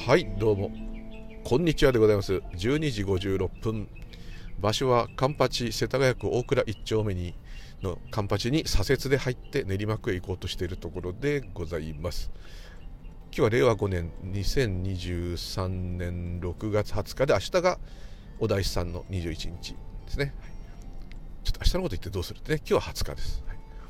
はい、どうもこんにちはでございます。12時56分、場所はカンパチ世田谷区大倉1丁目にのカンパチに左折で入って練馬区へ行こうとしているところでございます。今日は令和5年2023年6月20日で、明日がお大師さんの21日ですね。ちょっと明日のこと言ってどうするってね、今日は20日です。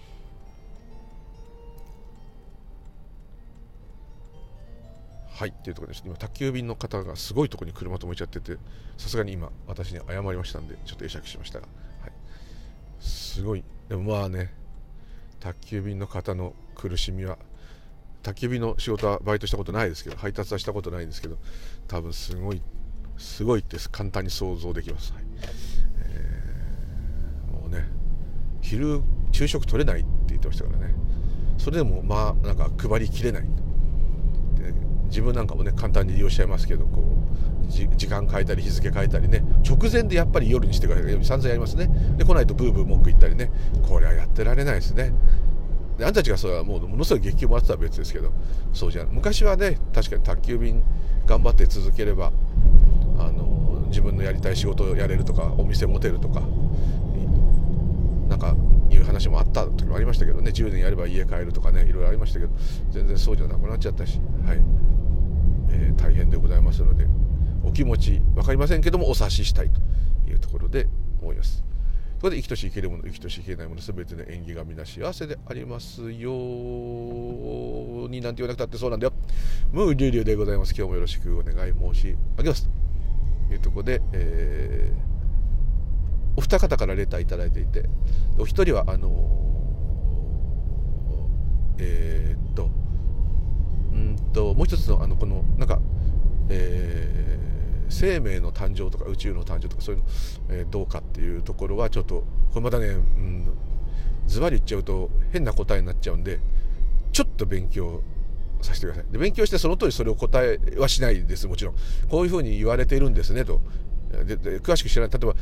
はい、というところで今宅急便の方がすごいところに車止めちゃってて、さすがに今私に謝りましたんでちょっと会釈しましたが、すごい。でもまあね、宅急便の方の苦しみは、宅急便の仕事はバイトしたことないですけど、配達はしたことないんですけど、多分すごいって簡単に想像できます。もうね、昼食取れないって言ってましたからね。それでもまあなんか配りきれない。自分なんかもね簡単に利用しちゃいますけど、こう時間変えたり日付変えたりね、直前でやっぱり夜にしてください。散々やりますね。で来ないとブーブー文句言ったりね、これはやってられないですね。であんたたちがそれはもうものすごい月給もらってたら別ですけど、そうじゃん。昔はね、確かに宅急便頑張って続ければ自分のやりたい仕事をやれるとか、お店持てるとかなんかいう話もあった時もありましたけどね、10年やれば家買えるとかね、いろいろありましたけど、全然そうじゃなくなっちゃったし、大変でございますので、お気持ち分かりませんけどもお察ししたいというところで思います。それで生きとし生けるもの、生きとし生けないもの、全ての縁起が皆幸せでありますように、なんて言わなくたってそうなんだよ。ムーリュウリュウでございます。今日もよろしくお願い申し上げますというところで、お二方からレターいただいていて、お一人はもう一つのこのなんか、生命の誕生とか宇宙の誕生とかそういうの、どうかっていうところはちょっとこれまたね、ズバリ言っちゃうと変な答えになっちゃうんで、ちょっと勉強させてください。で勉強してその通りそれを答えはしないです。もちろんこういうふうに言われているんですねと。で詳しく知らない。例えば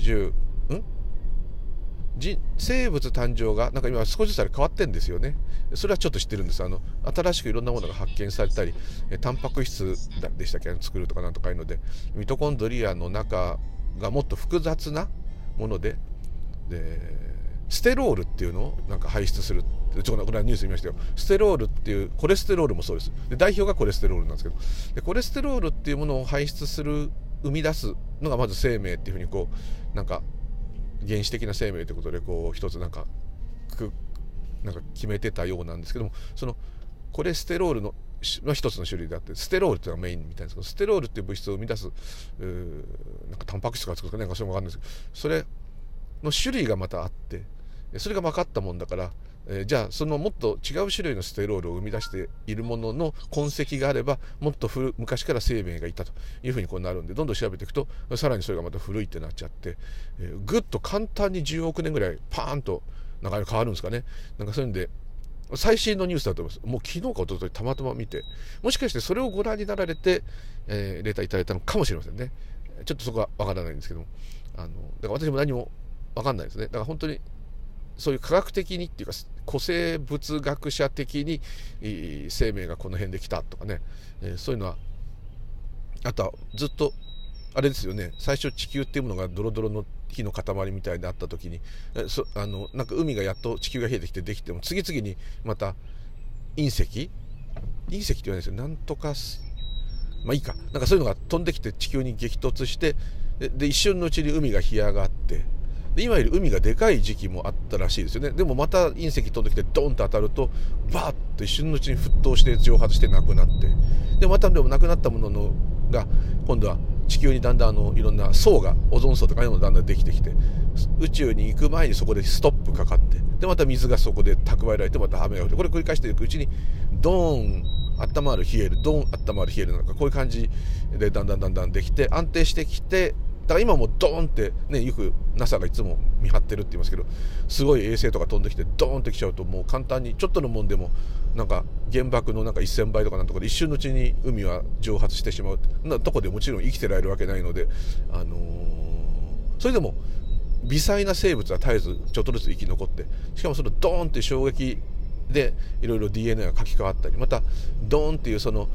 生物誕生がなんか今少しずつ変わってんですよね。それはちょっと知ってるんです。新しくいろんなものが発見されたり、タンパク質でしたっけ、作るとかなんとかいうので、ミトコンドリアの中がもっと複雑なもので、ステロールっていうのをなんか排出する。これはニュース見ましたよ。ステロールっていう、コレステロールもそうです。で代表がコレステロールなんですけど、でコレステロールっていうものを排出する、生み出すのがまず生命っていうふうにこうなんか原始的な生命ということでこう一つなんか決めてたようなんですけども、そのコレステロールの一つの種類であって、ステロールっていうのがメインみたいですけど、ステロールっていう物質を生み出すなんかタンパク質とか作るかなんかそれも分かんないですけど、それの種類がまたあって、それが分かったもんだから、じゃあそのもっと違う種類のステロールを生み出しているものの痕跡があれば、もっと昔から生命がいたというふうにこうなるんで、どんどん調べていくとさらにそれがまた古いってなっちゃって、ぐっと簡単に10億年ぐらいパーンと流れ変わるんですかね。なんかそういうんで最新のニュースだと思います。もう昨日か一昨日たまたま見て、もしかしてそれをご覧になられて、レターいただいたのかもしれませんね。ちょっとそこはわからないんですけども、だから私も何もわかんないですね。だから本当にそういう科学的にっていうか古生物学者的に生命がこの辺で来たとかね、そういうのは、あとはずっとあれですよね。最初地球っていうものがドロドロの火の塊みたいであった時に、なんか海がやっと地球が冷えてきてできても、次々にまた隕石って言わないですよ。なんとかまあいいか、なんかそういうのが飛んできて地球に激突して、で一瞬のうちに海が干上がって、で今より海がでかい時期もあったらしいですよね。でもまた隕石飛んできてドーンと当たるとバーッと一瞬のうちに沸騰して蒸発してなくなって、でまたでもなくなったものが今度は地球にだんだんいろんな層が、オゾン層とかいうのがだんだんできてきて、宇宙に行く前にそこでストップかかって、でまた水がそこで蓄えられてまた雨が降って、これ繰り返していくうちにドーン温まる冷える、ドーン温まる冷える、なんかこういう感じでだんだんできて安定してきて、だから今もドーンってね、よく NASA がいつも見張ってるって言いますけど、すごい衛星とか飛んできてドーンってきちゃうと、もう簡単にちょっとのもんでもなんか原爆のなんか1000倍とかなんとかで一瞬のうちに海は蒸発してしまうなとこでもちろん生きてられるわけないので、それでも微細な生物は絶えずちょっとずつ生き残って、しかもそのドーンって衝撃でいろいろ DNA が書き換わったり、またドーンっていうその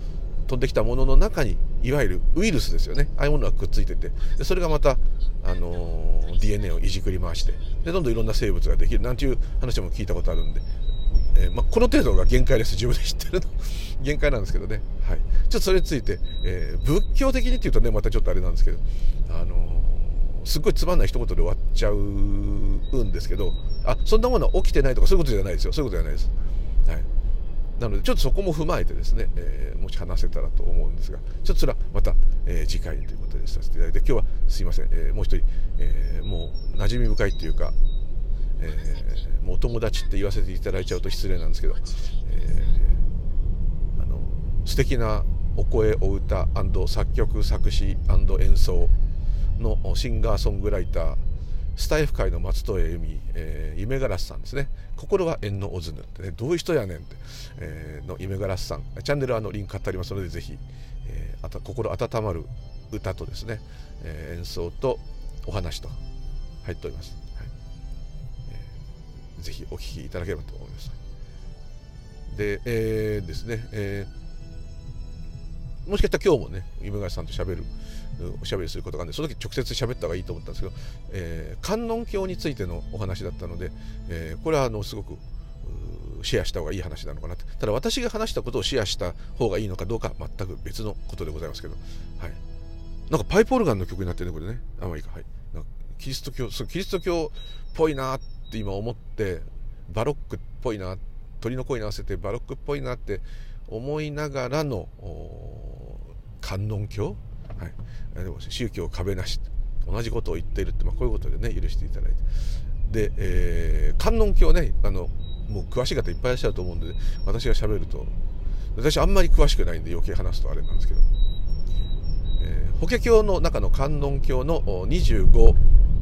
飛んできたものの中にいわゆるウイルスですよね、ああいうものがくっついてて、でそれがまた、DNA をいじくり回して、でどんどんいろんな生物ができるなんていう話も聞いたことあるんで、この程度が限界です。自分で知ってるの限界なんですけどね、はい、ちょっとそれについて、仏教的にっていうとねまたちょっとあれなんですけど、すっごいつまんない一言で終わっちゃうんですけど、そんなものは起きてないとかそういうことじゃないですよ。そういうことじゃないです。はい、なのでちょっとそこも踏まえてですね、もし話せたらと思うんですが、ちょっとそれはまた、次回ということでさせていただいて、今日はすいません、もう一人、もう馴染み深いっていうか、もうお友達って言わせていただいちゃうと失礼なんですけど、素敵なお声お歌&作曲作詞&演奏のシンガーソングライター、スタイフ界の松任谷由実、夢ガラスさんですね。心は縁のおずぬってね、どういう人やねんって、の夢ガラスさん、チャンネルはリンク貼ってありますので、ぜひ、心温まる歌とですね、演奏とお話と入っております。はい、ぜひお聴きいただければと思います。で、ですね、もしかしたら今日もね夢ガラスさんとおしゃべりすることがあるんで、その時直接喋った方がいいと思ったんですけど、観音経についてのお話だったので、これはすごくシェアした方がいい話なのかなと。ただ私が話したことをシェアした方がいいのかどうか全く別のことでございますけど、はい、なんかパイプオルガンの曲になってるねこれね。まあいいか、はい、なんかキリスト教っぽいなって今思って、バロックっぽいな、鳥の声に合わせてバロックっぽいなって思いながらの観音経、はい、でも宗教壁なし同じことを言っているって、こういうことでね許していただいて、で、観音経ね、もう詳しい方いっぱいいらっしゃると思うんで、私が喋ると、私あんまり詳しくないんで余計話すとあれなんですけど、法華経の中の観音経の25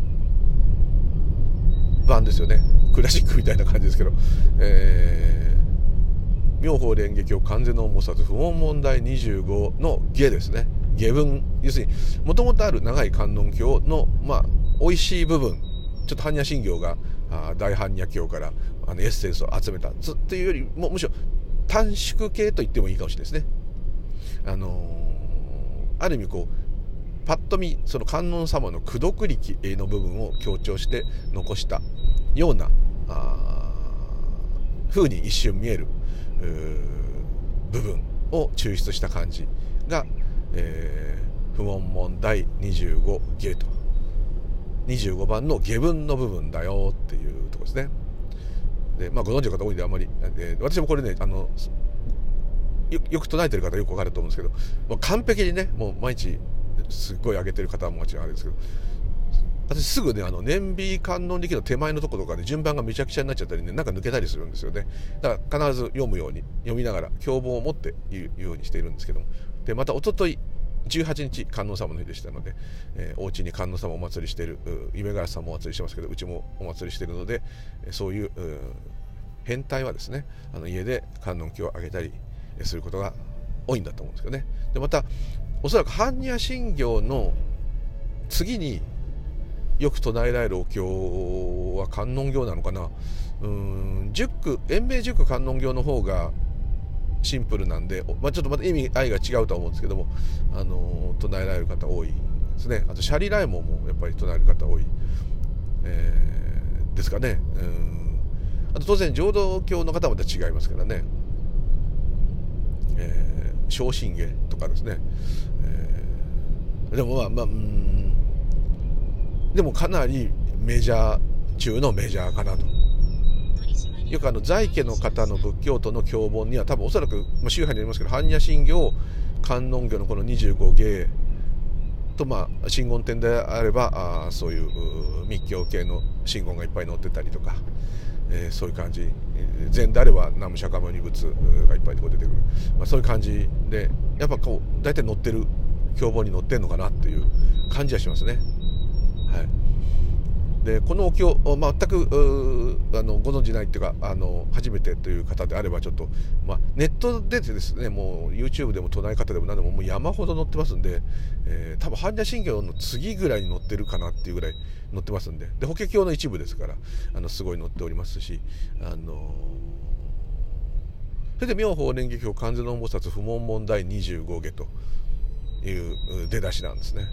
番ですよね。クラシックみたいな感じですけど、妙法蓮華経完全の重さず不問問題25の下ですね。下文、要するにもともとある長い観音経の美味しい部分、ちょっと般若心経が大般若経からエッセンスを集めたっていうよりも、むしろ短縮系と言ってもいいかもしれないですね。ある意味パッと見その観音様の功徳力の部分を強調して残したような風に一瞬見える部分を抽出した感じが、不問問題25下と25番の下文の部分だよっていうところですね。で、ご存知の方多いんであんまり、私もこれねよく唱えてる方よく分かると思うんですけど、完璧にねもう毎日すごい上げてる方はもちろんあれですけど、私すぐね念美観音力の手前のところとかで順番がめちゃくちゃになっちゃったりね、なんか抜けたりするんですよね。だから必ず読むように読みながら経文を持って言うようにしているんですけども、でまた一昨日18日観音様の日でしたので、お家に観音様お祭りしている、夢ガラスさんもお祭りしてますけど、うちもお祭りしているので、そういう変態はですね家で観音経をあげたりすることが多いんだと思うんですけどね。でまたおそらく般若心経の次によく唱えられるお経は観音経なのかな。延命十句観音経の方がシンプルなんで、ちょっとまた意味合いが違うとは思うんですけども、唱えられる方多いですね。あとシャリラエモンもやっぱり唱える方多い、ですかね。あと当然浄土教の方はまた違いますからね。昇進芸とかですね、でもでもかなりメジャー中のメジャーかなと。よく在家の方の仏教徒の経本には多分おそらく、宗派にありますけど、般若心経観音経のこの25芸と真言典であればそういう密教系の真言がいっぱい載ってたりとか、そういう感じ、禅であれば南無釈迦牟尼仏がいっぱい出てくる、そういう感じでやっぱ大体載ってる経本に載ってるのかなっていう感じはしますね。はい、でこのお経全くご存じないっていうか初めてという方であればちょっと、ネットでですね、もう YouTube でも唱え方でも何でももう山ほど載ってますんで、多分般若心経の次ぐらいに載ってるかなっていうぐらい載ってますんで、法華経の一部ですからすごい載っておりますし、 それで妙法蓮華経観世音菩薩不問問題25下という出だしなんですね。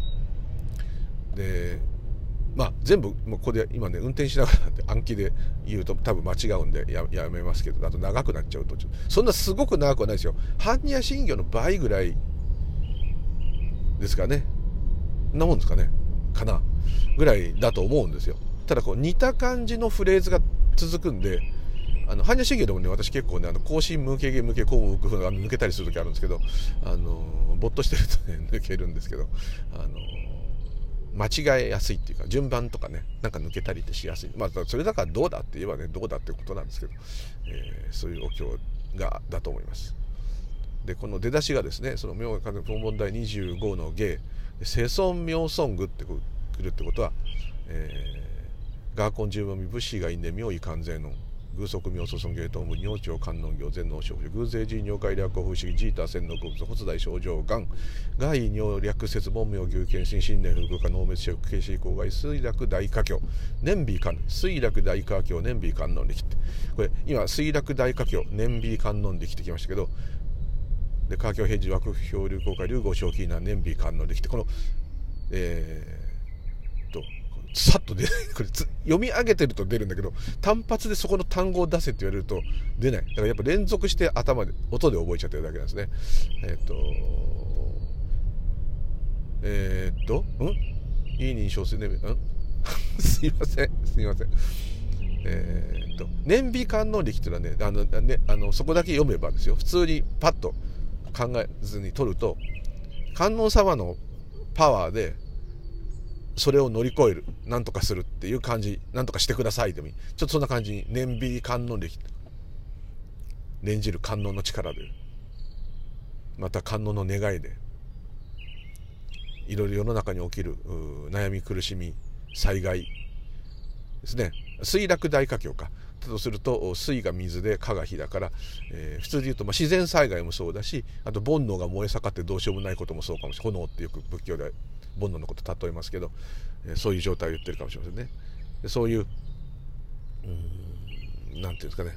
で全部もうここで今ね運転しながらって暗記で言うと多分間違うんでやめますけど、あと長くなっちゃうとそんなすごく長くはないですよ。般若心経の倍ぐらいですかね。そんなもんですかねかなぐらいだと思うんですよ。ただこう似た感じのフレーズが続くんで、般若心経でもね私結構ね後進無形下無形公無空風が抜けたりする時あるんですけど、ぼっとしてるとね抜けるんですけど、間違えやすいっていうか順番とかねなんか抜けたりってしやすい。それだからどうだって言えばねどうだってことなんですけど、そういうお経だと思います。でこの出だしがですね、その妙法問題25の下世尊妙尊具ってくるってことは、ガーコン十分未物資が因で妙意完全の偶則妙祖尊芸当無尿長観音行全能小偶税人尿界略不思議ジータ千の国発大症状がん外尿略説本名牛検診新年風化脳滅者形式公害水楽大華経年美観水楽大華経年美観音力って、これ今水楽大華経年美観音力ってきましたけど、で華経平時枠漂流公開流合正気な年美観音力ってこのさっと出ない。これ読み上げてると出るんだけど単発でそこの単語を出せって言われると出ない。だからやっぱ連続して頭で音で覚えちゃってるだけなんですね。いい認証するね。すいません年美観音力っていうのはねそこだけ読めばですよ、普通にパッと考えずに取ると観音様のパワーでそれを乗り越えるなんとかするっていう感じ、なんとかしてくださいでもいい。ちょっとそんな感じに念美観音力、念じる観音の力でまた観音の願いでいろいろ世の中に起きる悩み苦しみ災害ですね。水楽大華経かとすると水が水で火が火だから、普通で言うと自然災害もそうだし、あと煩悩が燃え盛ってどうしようもないこともそうかもしれない。炎ってよく仏教で煩悩のこと例えますけど、そういう状態を言ってるかもしれませんね。でそういうなんていうんですかね、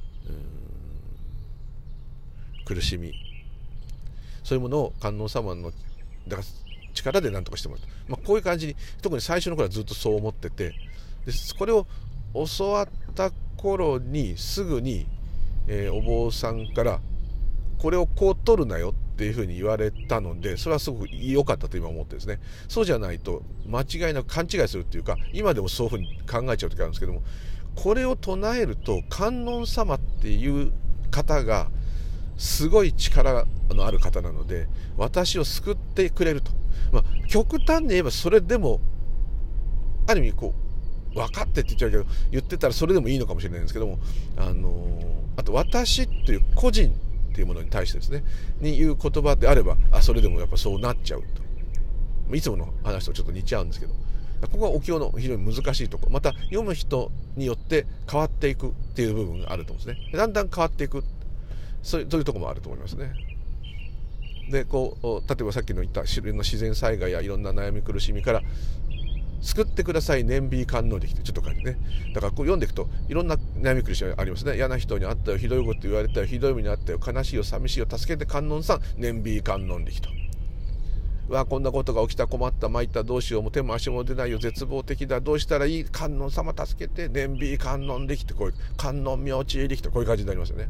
苦しみそういうものを観音様の力で何とかしてもらうと、こういう感じに特に最初の頃はずっとそう思ってて、でこれを教わった頃にすぐに、お坊さんからこれをこう取るなよっていうふうに言われたので、それはすごく良かったと今思ってですね。そうじゃないと間違いなく勘違いするっていうか、今でもそういうふうに考えちゃう時あるんですけども、これを唱えると観音様っていう方がすごい力のある方なので私を救ってくれると、極端に言えばそれでもある意味こう分かってって言っちゃうけど言ってたらそれでもいいのかもしれないんですけども、あと私っていう個人っていうものに対してですねに言う言葉であればそれでもやっぱそうなっちゃうと、いつもの話とちょっと似ちゃうんですけど、ここがお経の非常に難しいところ、また読む人によって変わっていくっていう部分があると思うんですね。だんだん変わっていく、そういうところもあると思いますね。でこう例えばさっきの言った自然災害やいろんな悩み苦しみから救ってください念美観音力ってちょっと書いてね、だからこう読んでいくといろんな悩み苦しみがありますね。嫌な人に会ったよ、ひどいこと言われたよ、ひどい目にあったよ、悲しいよ、寂しいよ、助けて観音さん念美観音力と、こんなことが起きた、困った、参った、どうしよう、も手も足も出ないよ、絶望的だ、どうしたらいい、観音様助けて念美観音力って、こういう観音妙智力とこういう感じになりますよね。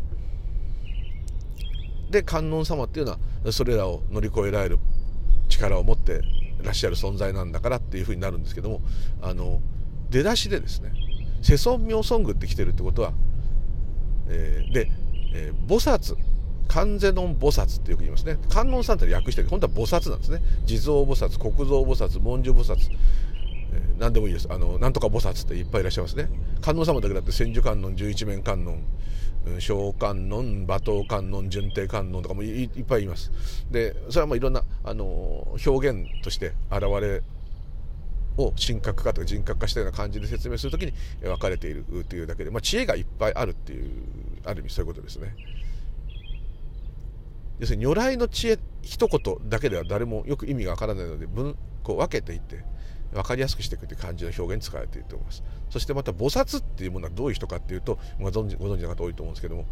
で観音様っていうのはそれらを乗り越えられる力を持っていらっしゃる存在なんだからっていうふうになるんですけども、出だしでですね世尊妙尊具って来てるってことは、菩薩観世音菩薩ってよく言いますね。観音さんって略してる、本当は菩薩なんですね。地蔵菩薩、国蔵菩薩、文殊菩薩、何でもいいです。なんとか菩薩っていっぱいいらっしゃいますね。観音様だけだって千手観音、十一面観音、小観音、馬頭観音、順帝観音とかもいっぱいいます。でそれはもういろんな表現として現れを神格化とか人格化したような感じで説明するときに分かれているというだけで、知恵がいっぱいあるっていうある意味そういうことですね。要するに如来の知恵一言だけでは誰もよく意味がわからないのでこう分けていって分かりやすくしていくという感じの表現に使われていると思います。そしてまた菩薩っていうものはどういう人かっていうと、ご存知の方多いと思うんですけども、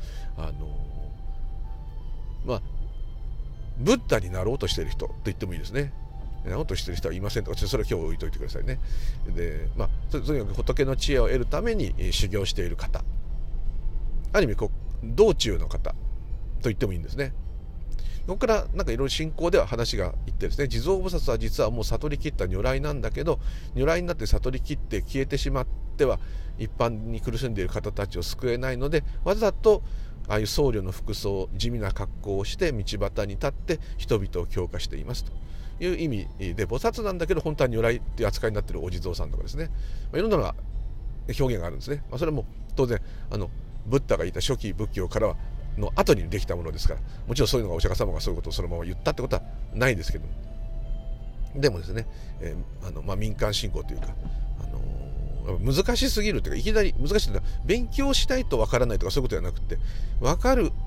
ブッダになろうとしている人と言ってもいいですね。なろうとしている人はいませんとか、それは今日置いといてくださいね。で、とにかく仏の知恵を得るために修行している方、ある意味道中の方と言ってもいいんですね。ここからなんかいろいろ信仰では話がいってですね、地蔵菩薩は実はもう悟りきった如来なんだけど、如来になって悟りきって消えてしまっては一般に苦しんでいる方たちを救えないので、わざとああいう僧侶の服装、地味な格好をして道端に立って人々を強化していますという意味で、菩薩なんだけど本当は如来っていう扱いになっているお地蔵さんとかですね、いろんなのが表現があるんですね。それも当然ブッダがいた初期仏教からはの後にできたものですから、もちろんそういうのがお釈迦様がそういうことをそのまま言ったってことはないですけども、でもですね、民間信仰というか、難しすぎるというか、いきなり難しいというか、勉強しないと分からないとかそういうことではなくて、分かる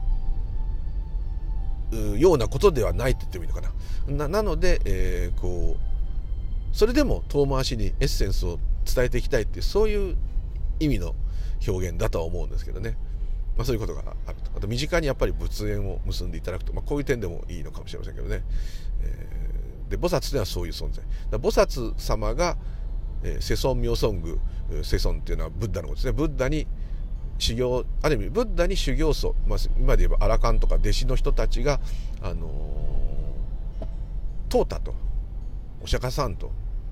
ようなことではないと言ってもいいのかな。なので、それでも遠回しにエッセンスを伝えていきたいっていう、そういう意味の表現だとは思うんですけどね。そういうことがあると。あと身近にやっぱり仏縁を結んでいただくと、こういう点でもいいのかもしれませんけどね。で菩薩ではそういう存在。菩薩様が世尊妙尊具、世尊っていうのはブッダのことですね。ブッダに修行、ある意味ブッダに修行僧、今で言えばアラカンとか弟子の人たちが通ったと、お釈迦さんと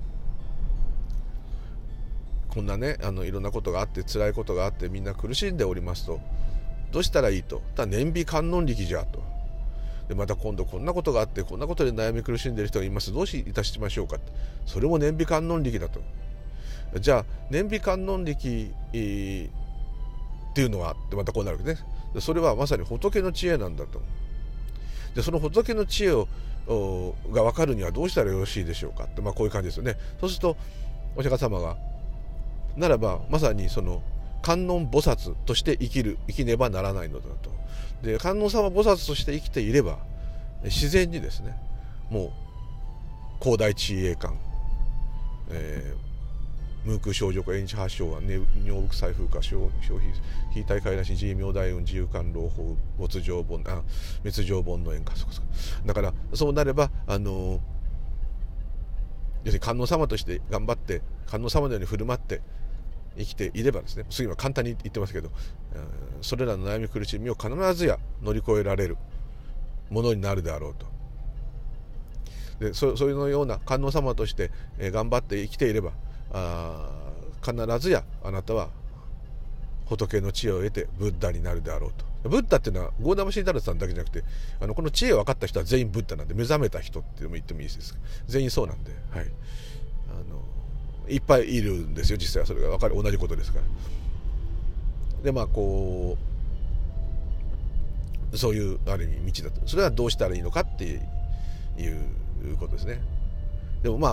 こんなねいろんなことがあって、辛いことがあってみんな苦しんでおりますと、どうしたらいいと。ただ念美観音力じゃと。でまた今度こんなことがあって、こんなことで悩み苦しんでいる人がいます。どういたしましょうか。それも念美観音力だと。じゃあ念美観音力っていうのはってまたこうなるわけね。それはまさに仏の知恵なんだと。でその仏の知恵が分かるにはどうしたらよろしいでしょうかって、こういう感じですよね。そうするとお釈迦様がならばまさにその観音菩薩として生きねばならないのだと。で観音様菩薩として生きていれば自然にですね、もう広大知恵観、無空少女縁日発祥は尿伏再風化消費非体快なし自由明大運自由観老法滅情本の縁化、だからそうなれば要するに観音様として頑張って観音様のように振る舞って生きていればですね、次は簡単に言ってますけど、それらの悩み苦しみを必ずや乗り越えられるものになるであろうと。でそういうのような観音様として、頑張って生きていれば必ずやあなたは仏の知恵を得てブッダになるであろうと。ブッダっていうのはゴーダマシーダルさんだけじゃなくて、この知恵を分かった人は全員ブッダなんで、目覚めた人っても言ってもいいです。全員そうなんで、はい、いっぱいいるんですよ実際は。それが分かる、同じことですから。でそういうある意味道だと。それはどうしたらいいのかっていうことですね。でも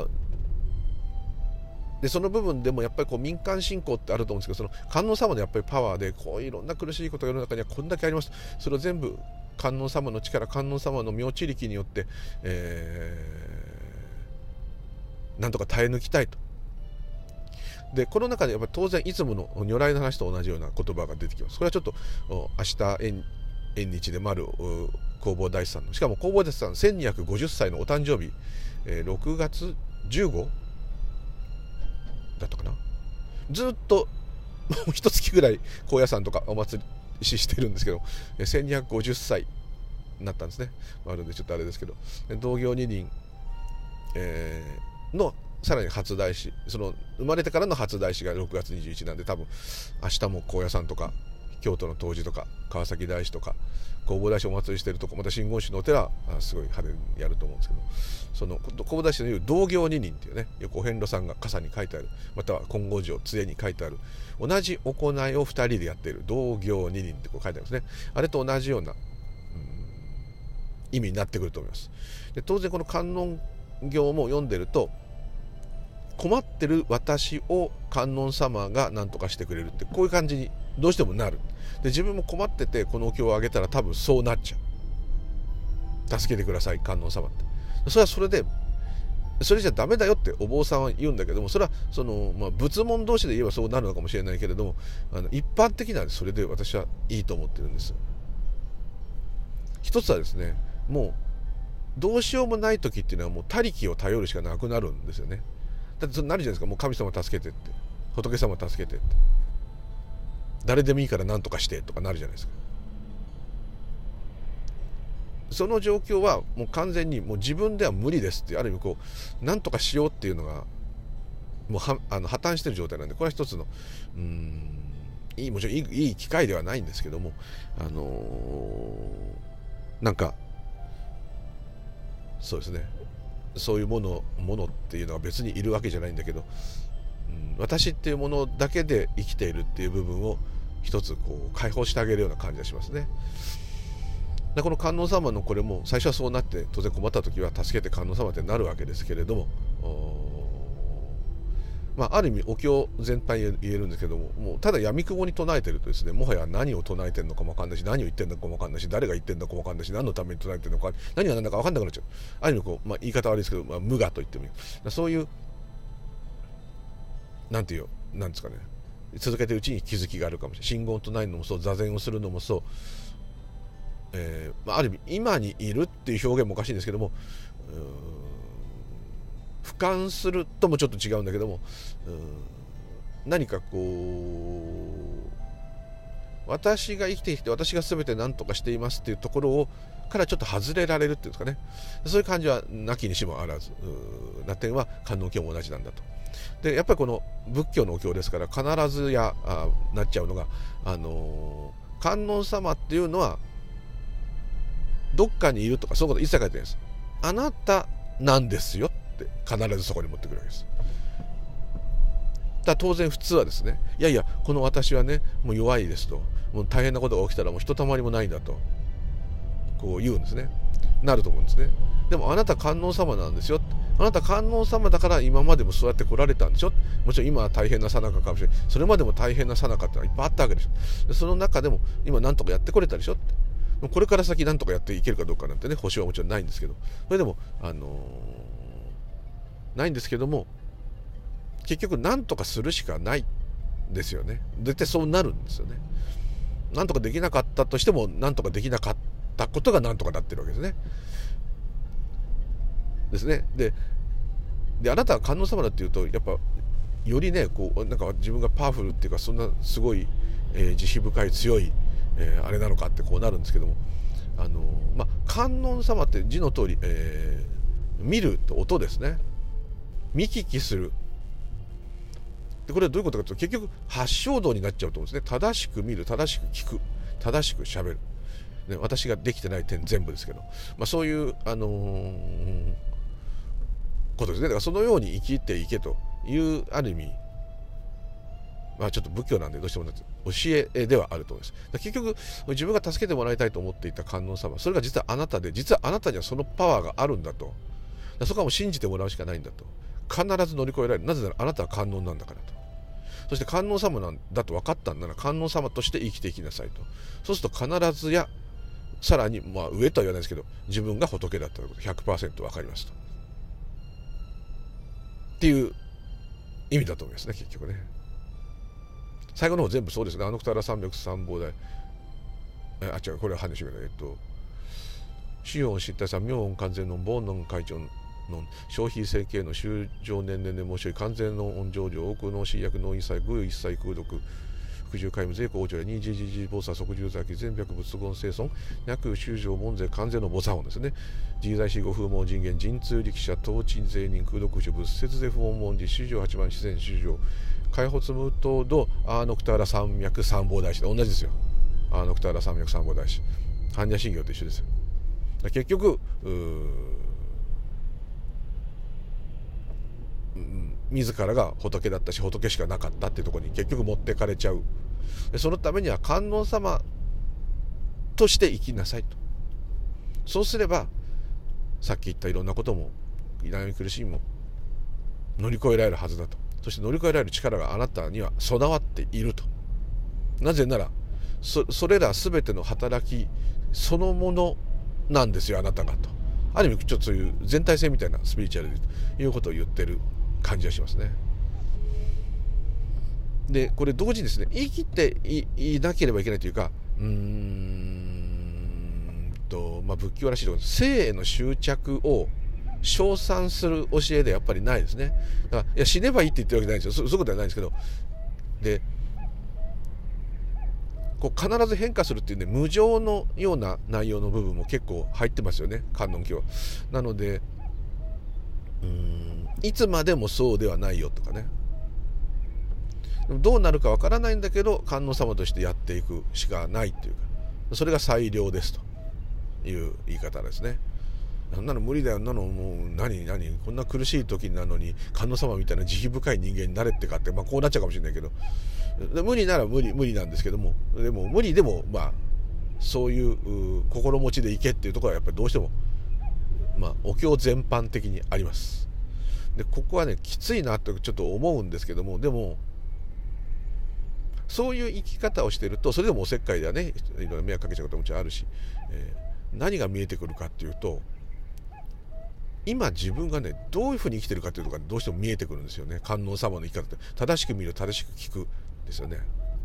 でその部分でもやっぱり民間信仰ってあると思うんですけど、その観音様のやっぱりパワーでいろんな苦しいことが世の中にはこんだけあります。それを全部観音様の力、観音様の妙智力によって、なんとか耐え抜きたいと。でこの中でやっぱり当然いつもの如来の話と同じような言葉が出てきます。これはちょっと明日縁日でもある弘法大師さんの、しかも弘法大師さん1250歳のお誕生日、6月15だったかな。ずっともう一月ぐらい高野山とかお祭りしてるんですけど、1250歳になったんですね。あるんでちょっとあれですけど、同行二人、のさらに初大師、その生まれてからの初大師が6月21日なんで、多分明日も高野山とか京都の東寺とか川崎大師とか弘法大師お祭りしてるとこ、また真言宗のお寺すごい派手にやると思うんですけど、その弘法大師の言う同行二人っていうね、よくお遍路さんが傘に書いてある、または金剛寺を杖に書いてある同じ行いを2人でやっている同行二人って書いてあるんですね。あれと同じような、意味になってくると思います。で当然この観音経も読んでると、困ってる私を観音様が何とかしてくれるって、こういう感じにどうしてもなる。で自分も困っててこのお経をあげたら多分そうなっちゃう。助けてください観音様って。それはそれでそれじゃダメだよってお坊さんは言うんだけども、それは仏門同士で言えばそうなるのかもしれないけれども、一般的なそれで私はいいと思ってるんです。一つはですね、もうどうしようもない時っていうのはもう他力を頼るしかなくなるんですよね。だってそれなるじゃないですか。もう神様助けてって、仏様助けてって、誰でもいいから何とかしてとかなるじゃないですか。その状況はもう完全にもう自分では無理ですって、ある意味何とかしようっていうのがもう破綻してる状態なんで、これは一つのもちろんいい機会ではないんですけども、なんかそうですね、そういうものっていうのは別にいるわけじゃないんだけど、私っていうものだけで生きているっていう部分を一つ解放してあげるような感じがしますね。でこの観音様のこれも最初はそうなって、当然困った時は助けて観音様ってなるわけですけれども、ある意味お経全体言えるんですけども、もうただ闇雲に唱えてるとですね、もはや何を唱えてるのかも分かんないし、何を言ってるのかも分かんないし、誰が言ってるのかも分かんないし、何のために唱えてるのか、何が何だか分かんなくなっちゃう。ある意味言い方悪いですけど、無我と言ってもいい。そういうなんですかね、続けてるうちに気づきがあるかもしれない。信号を唱えるのもそう、座禅をするのもそう、ある意味今にいるっていう表現もおかしいんですけども、俯瞰するともちょっと違うんだけども、何か私が生きてきて私が全て何とかしていますっていうところからちょっと外れられるっていうんですかね、そういう感じはなきにしもあらずな点は観音経も同じなんだと。でやっぱりこの仏教のお経ですから必ずなっちゃうのが、観音様っていうのはどっかにいるとかそういうこと一切書いてないです。あなたなんですよって必ずそこに持ってくるわけです。だ当然普通はですね、いやいやこの私はねもう弱いですと、もう大変なことが起きたらもうひとたまりもないんだと言うんですね、なると思うんですね。でもあなた観音様なんですよ、あなた観音様だから今までもそうやって来られたんでしょ、もちろん今は大変な最中かもしれない、それまでも大変な最中ってのはいっぱいあったわけでしょ。その中でも今何とかやってこれたでしょって、これから先何とかやっていけるかどうかなんてね保証はもちろんないんですけど、それでもないんですけども、結局何とかするしかないですよね。絶対そうなるんですよね。何とかできなかったとしても何とかできなかったことが何とかなってるわけですね。であなたは観音様だっていうとやっぱよりねなんか自分がパワフルっていうかそんなすごい、慈悲深い強い、あれなのかってなるんですけども、観音様って字の通り、見ると音ですね。見聞きする。でこれはどういうことかというと結局八正道になっちゃうと思うんですね。正しく見る、正しく聞く、正しくしゃべる、ね、私ができてない点全部ですけど、そういう、ことですね。だからそのように生きていけというある意味ちょっと仏教なんでどうしても教えではあると思います。結局自分が助けてもらいたいと思っていた観音様、それが実はあなたで、実はあなたにはそのパワーがあるんだと、そこはもう信じてもらうしかないんだと、必ず乗り越えられる。なぜならあなたは観音なんだからと。そして観音様なんだと分かったんなら観音様として生きていきなさいと。そうすると必ずやさらに上とは言わないですけど自分が仏だったということ 100% 分かりますとっていう意味だと思いますね。結局ね最後の方全部そうですね。九多羅三百三宝台違う、これは般若心経だ。四音失態三妙音完全の煩悩会長の消費整形の修正年々で申し上げ完全の音上上奥の死薬の一切偶一切空毒福寿皆無税公王女や二次次次菩薩即十在全百仏言生尊脈修正門税完全の菩薩音ですね。自在死後風門人間神通力者統鎮税人空毒種仏節税不問文字修正八番自然修正開発無糖度九多羅三脈三宝大師で同じですよ。九多羅三脈三宝大師般若心経と一緒ですよ。結局自らが仏だったし仏しかなかったっていうところに結局持ってかれちゃう。でそのためには観音様として生きなさいと。そうすればさっき言ったいろんなことも悩み苦しみも乗り越えられるはずだと。そして乗り越えられる力があなたには備わっていると。なぜならそれら全ての働きそのものなんですよあなたがと。 ある意味ちょっとそういう全体性みたいなスピリチュアルということを言ってる感じがしますね。でこれ同時にですね、言い切っていなければいけないというか、仏教らしいところ、生への執着を称賛する教えでやっぱりないですね。だからいや死ねばいいって言ってるわけじゃないんですよ。そういうことではないんですけど、でこう必ず変化するっていうね、無常のような内容の部分も結構入ってますよね、観音経。なのでいつまでもそうではないよとかね、どうなるかわからないんだけど観音様としてやっていくしかないっていうか、それが最良ですという言い方ですね。なんなの無理だよ、なのもう何こんな苦しい時なのに観音様みたいな慈悲深い人間になれってかって、こうなっちゃうかもしれないけど、無理なら無理なんですけども、でも無理でもそういう心持ちでいけっていうところはやっぱりどうしてもお経全般的にあります。でここはねきついなとちょっと思うんですけども、でもそういう生き方をしていると、それでもおせっかいではねいろいろ迷惑かけちゃうことももちろんあるし、何が見えてくるかっていうと、今自分がねどういうふうに生きてるかっていうのがどうしても見えてくるんですよね。観音様の生き方って、正しく見る、正しく聞くですよね。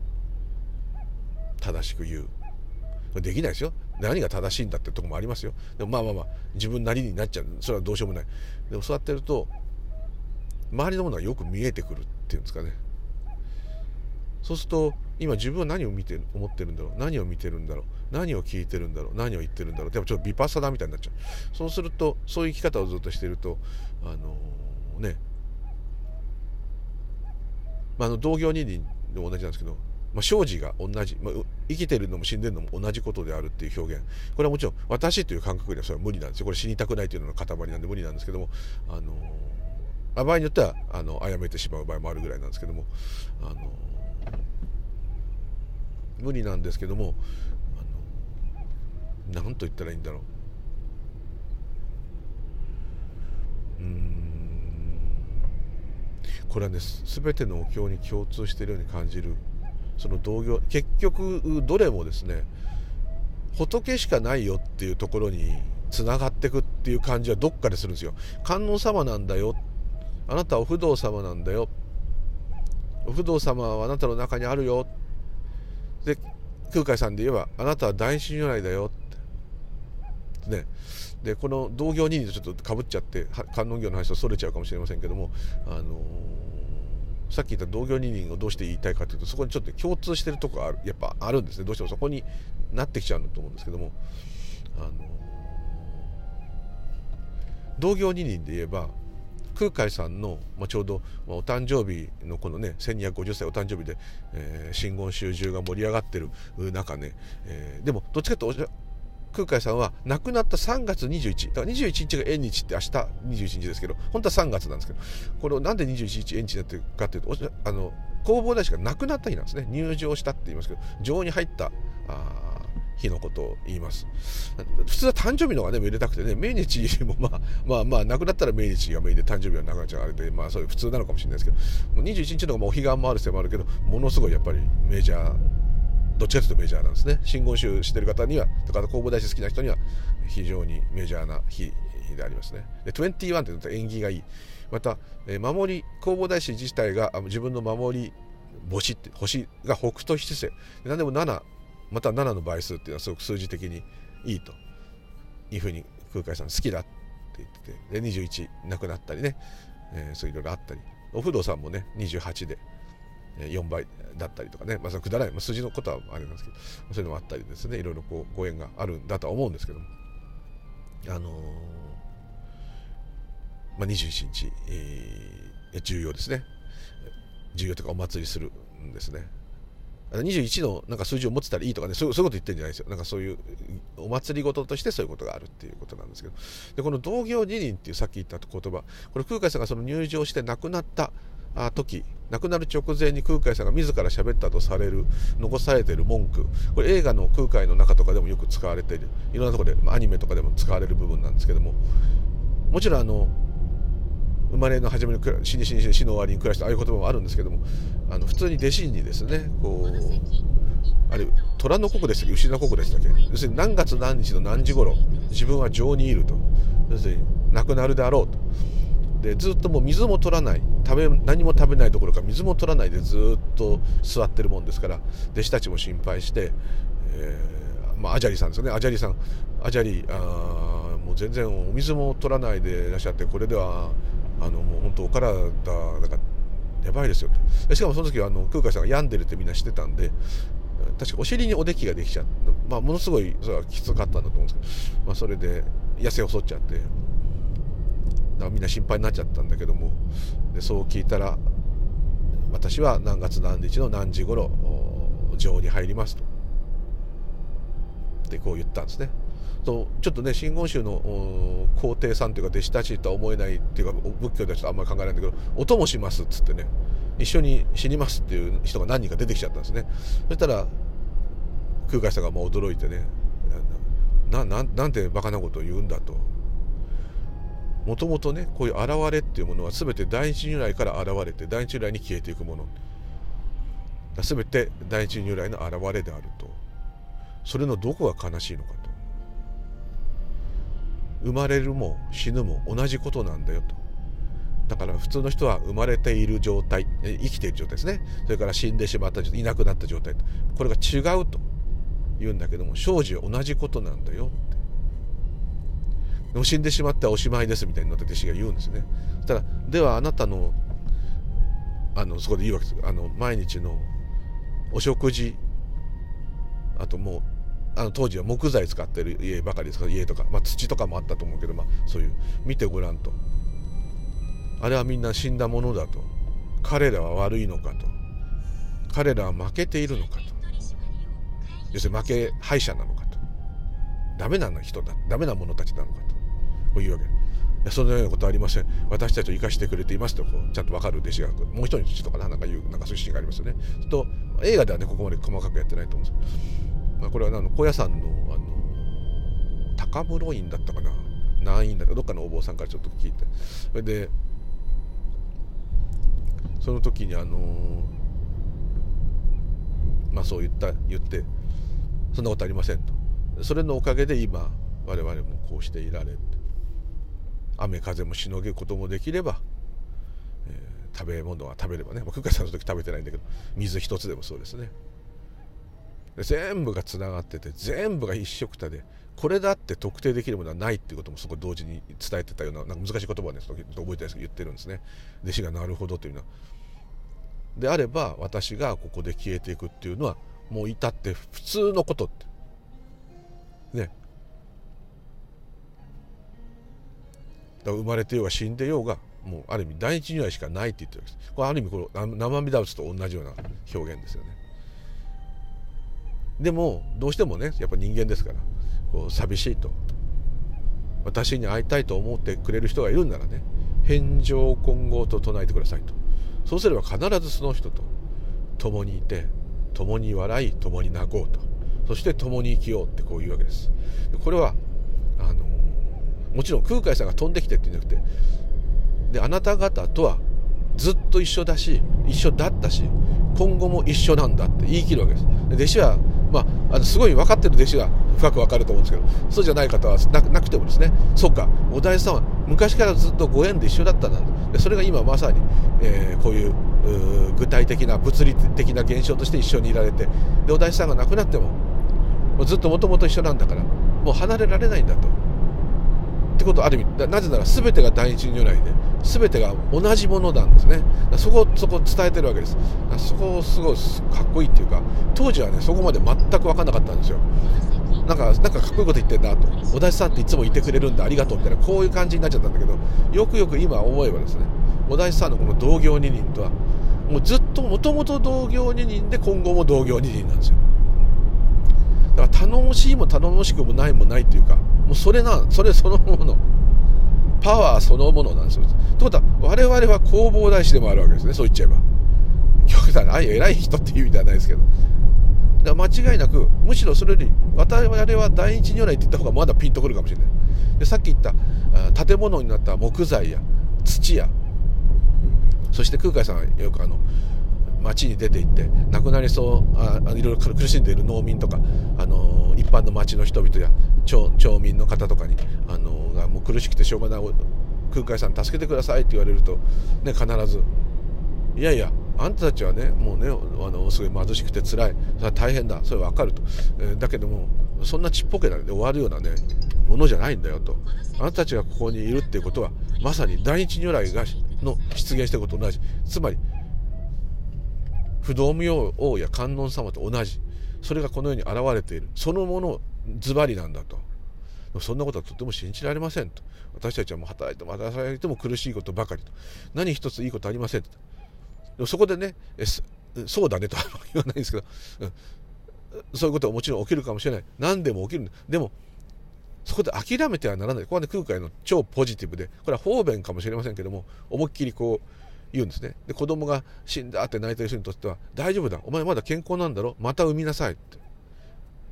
正しく言う、できないですよ。何が正しいんだってとこもありますよ。でも自分なりになっちゃう、それはどうしようもない。でもそうやってると周りのものがよく見えてくるっていうんですかね。そうすると今自分は何を思ってるんだろう、何を見てるんだろう、何を聞いてるんだろう、何を言ってるんだろう、でもちょっとビパッサナみたいになっちゃう。そうするとそういう生き方をずっとしていると同行二輪でも同じなんですけど、生死が同じ、生きてるのも死んでるのも同じことであるっていう表現、これはもちろん私という感覚ではそれは無理なんですよ。これ死にたくないというのの塊なんで無理なんですけども、場合によっては殺めてしまう場合もあるぐらいなんですけども、無理なんですけども、何と言ったらいいんだろう。これはね全てのお経に共通しているように感じる。その同行、結局どれもですね仏しかないよっていうところにつながっていくっていう感じはどっかでするんですよ。観音様なんだよ、あなたはお不動様なんだよ、お不動様はあなたの中にあるよ、で空海さんで言えばあなたは大身如来だよってね。でこの同行二輪とちょっとかぶっちゃって観音経の話とそれちゃうかもしれませんけども、さっき言った同行二輪をどうして言いたいかというと、そこにちょっと共通してるところがやっぱあるんですね。どうしてもそこになってきちゃうんだと思うんですけども、同行二輪で言えば空海さんの、ちょうどお誕生日のこのね1250歳お誕生日で、真言宗中が盛り上がってる中ね、でもどっちかというと空海さんは亡くなった3月21だから21日が縁日って明日21日ですけど、本当は3月なんですけど、これをなんで21日縁日になってるかというと、弘法大師が亡くなった日なんですね。入定したって言いますけど、定に入った日のことを言います。普通は誕生日の方がねめでたくてね、命日も亡くなったら命日がメインで誕生日はなくなっちゃうあれで、そういう普通なのかもしれないですけど、21日の方がお彼岸もあるせいもあるけど、ものすごいやっぱりメジャー、どっちかというとメジャーなんですね。真言宗してる方には、だから弘法大師好きな人には非常にメジャーな日でありますね。で21って言うと縁起がいい。また、守り弘法大師自体が自分の守り星って星が北斗七星、何でも7または7の倍数っていうのはすごく数字的にいいというふうに空海さん好きだって言ってて、で21亡くなったりね、そういろいろあったり、お不動さんもね28で4倍だったりとかね、そのくだらない、数字のことはあれなんですけど、そういうのもあったりですね、いろいろこうご縁があるんだとは思うんですけども、21日、重要ですね。重要というかお祭りするんですね。21のなんか数字を持ってたらいいとかね、そういうこと言ってるんじゃないですよ。なんかそういうお祭りごととしてそういうことがあるっていうことなんですけど、でこの同行二輪っていうさっき言った言葉、これ空海さんがその入定して亡くなった時、亡くなる直前に空海さんが自ら喋ったとされる残されている文句、これ映画の空海の中とかでもよく使われている、いろんなところで、アニメとかでも使われる部分なんですけども、もちろん生まれの初めの死に死の終わりに暮らしたああいう言葉もあるんですけども、普通に弟子にですねこあれ虎の国でしたっけ牛の国でしたっけ、要するに何月何日の何時頃自分は城にいると、要するに亡くなるであろうと。でずっともう水も取らない、何も食べないどころか水も取らないでずっと座ってるもんですから、弟子たちも心配して、アジャリさんですよね、アジャリもう全然お水も取らないでいらっしゃって、これではもう本当お体なんかやばいですよと。しかもその時は空海さんが病んでるってみんな知ってたんで、確かお尻におできができちゃって、ものすごいそれはきつかったんだと思うんですけど、それで痩せ細っちゃって、だからみんな心配になっちゃったんだけども、でそう聞いたら、私は何月何日の何時頃城に入りますとでこう言ったんですね。ちょっとね、真言宗の皇帝さんというか弟子たちとは思えないっていうか、仏教ではちょっとあんまり考えないんだけど、お供しますっつってね、一緒に死にますっていう人が何人か出てきちゃったんですね。そしたら空海さんがもう驚いてね、なんてバカなことを言うんだと。もともとね、こういう現れっていうものは全て第一如来から現れて第一如来に消えていくもの、全て第一如来の現れであると。それのどこが悲しいのかと。生まれるも死ぬも同じことなんだよと。だから普通の人は生まれている状態、生きている状態ですね、それから死んでしまった状態、いなくなった状態、これが違うと言うんだけども、生死は同じことなんだよって。でも死んでしまってはおしまいですみたいになって弟子が言うんですね。そしたら、ではあなたのそこで言うわけです。毎日のお食事、あともう当時は木材使ってる家ばかりですから、家とか、土とかもあったと思うけど、そういう見てごらんと。あれはみんな死んだものだと。彼らは悪いのかと。彼らは負けているのかと。要するに負け敗者なのかと。ダメな人だ、ダメな者たちなのかと。こういうわけ。いや、そのようなことはありません。私たちを生かしてくれていますと、ちゃんと分かる弟子が、もう一人とかなんか言う、なんかそういうシーンがありますよね。と映画ではね、ここまで細かくやってないと思うんですけど、これは高野山の高室院だったかな、南院だったか、どっかのお坊さんからちょっと聞いて、それでその時にそう言ってそんなことありませんと。それのおかげで今我々もこうしていられる。雨風もしのげることもできれば、食べ物は食べればね、空海さんの時食べてないんだけど、水一つでもそうですね。で全部がつながってて、全部が一緒くたで、これだって特定できるものはないっていうこともそこ同時に伝えてたような、難しい言葉をね覚えてないですけど言ってるんですね。弟子がなるほどというのは。であれば私がここで消えていくっていうのはもう至って普通のことってね。だから生まれてようが死んでようがもうある意味第一如来しかないって言ってるわけです。これある意味この生身仏と同じような表現ですよね。でもどうしてもね、やっぱ人間ですからこう寂しいと、私に会いたいと思ってくれる人がいるんならね、返上金剛と唱えてくださいと。そうすれば必ずその人と共にいて、共に笑い、共に泣こうと、そして共に生きようってこういうわけです。これはもちろん空海さんが飛んできてっていうんじゃなくて、であなた方とはずっと一緒だし、一緒だったし、今後も一緒なんだって言い切るわけです。で弟子はすごい分かってる弟子が深く分かると思うんですけど、そうじゃない方はなくてもですね、そうか、お大師さんは昔からずっとご縁で一緒だったんだ。でそれが今まさに、こういう具体的な物理的な現象として一緒にいられて、でお大師さんが亡くなってもずっともともと一緒なんだから、もう離れられないんだと。ってことはある意味、なぜなら全てが第一如来で全てが同じものなんですね。そこを伝えてるわけです。そこをすごいかっこいいっていうか、当時はねそこまで全く分かんなかったんですよ。なんかかっこいいこと言ってんなと、お大師さんっていつもいてくれるんだ、ありがとうみたいな、こういう感じになっちゃったんだけど、よくよく今思えばですね、お大師さんのこの同行二人とはもうずっともともと同行二人で今後も同行二人なんですよ。だから頼もしいも頼もしくもないもないというか、もうそれそのもの、パワーそのものなんですよ。ということは我々は弘法大師でもあるわけですね、そう言っちゃえば。極端な偉い人っていう意味ではないですけど、だから間違いなく、むしろそれより我々は第一如来って言った方がまだピンとくるかもしれない。でさっき言った建物になった木材や土や、そして空海さんはよく町に出て行って亡くなりそういろいろ苦しんでいる農民とか、一般の町の人々や町民の方とかにがもう苦しくてしょうがない、空海さん助けてくださいって言われると、ね、必ずいやいやあんたたちはねもうねすごい貧しくて辛い、それは大変だ、それは分かると、だけどもそんなちっぽけなで終わるようなねものじゃないんだよと、あなたたちがここにいるっていうことはまさに大日如来がの出現していることと同じ、つまり不動明王や観音様と同じ、それがこの世に現れているそのものズバリなんだと。そんなことはとても信じられませんと。私たちはもう働いても苦しいことばかりと、何一ついいことありませんと。でもそこでねそうだねとは言わないんですけど、そういうことはもちろん起きるかもしれない、何でも起きるんだ。でもそこで諦めてはならない。ここはね空海の超ポジティブで、これは方便かもしれませんけども、思いっきりこう言うんですね。で子供が死んだって泣いてる人にとっては、大丈夫だ、お前まだ健康なんだろ、また産みなさいって、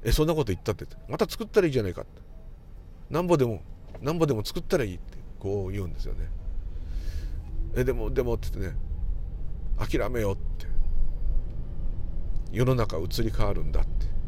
そんなこと言ったって、また作ったらいいじゃないかって、なんぼでも作ったらいいってこう言うんですよね。でもって言ってね、諦めようって、世の中は移り変わるんだって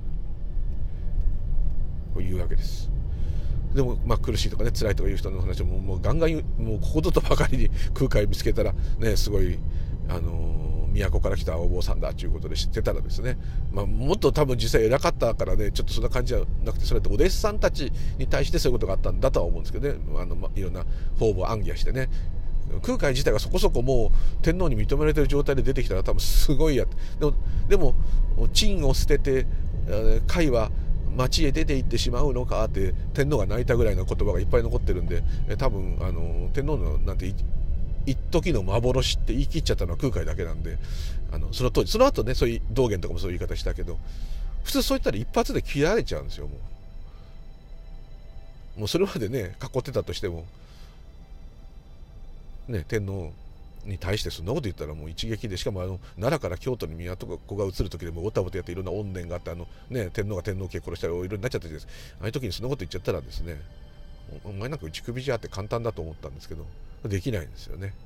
こう言うわけです。でも苦しいとかね辛いとかいう人の話をもうガンガンもうここぞとばかりに空海見つけたらね、すごい都から来たお坊さんだということで知ってたらですね、もっと多分実際偉かったからね、ちょっとそんな感じじゃなくて、それってお弟子さんたちに対してそういうことがあったんだとは思うんですけどね、いろんな方々暗記してね、空海自体がそこそこもう天皇に認められてる状態で出てきたら多分すごいやって、でも陳を捨てて海は町へ出て行ってしまうのかって天皇が泣いたぐらいの言葉がいっぱい残ってるんで、多分天皇のなんて一時の幻って言い切っちゃったのは空海だけなんで、その当時その後ねそういう道元とかもそういう言い方したけど、普通そういったら一発で切られちゃうんですよ。もうそれまでね囲ってたとしてもね、天皇に対してそんなこと言ったらもう一撃で、しかも奈良から京都に都が移る時でもおたぼたやっていろんな怨念があって、天皇が天皇家殺したりいろいろになっちゃったじゃないですか。ああいう時にそんなこと言っちゃったらですね、お前なんか打ち首じゃって簡単だと思ったんですけど、できないんですよね。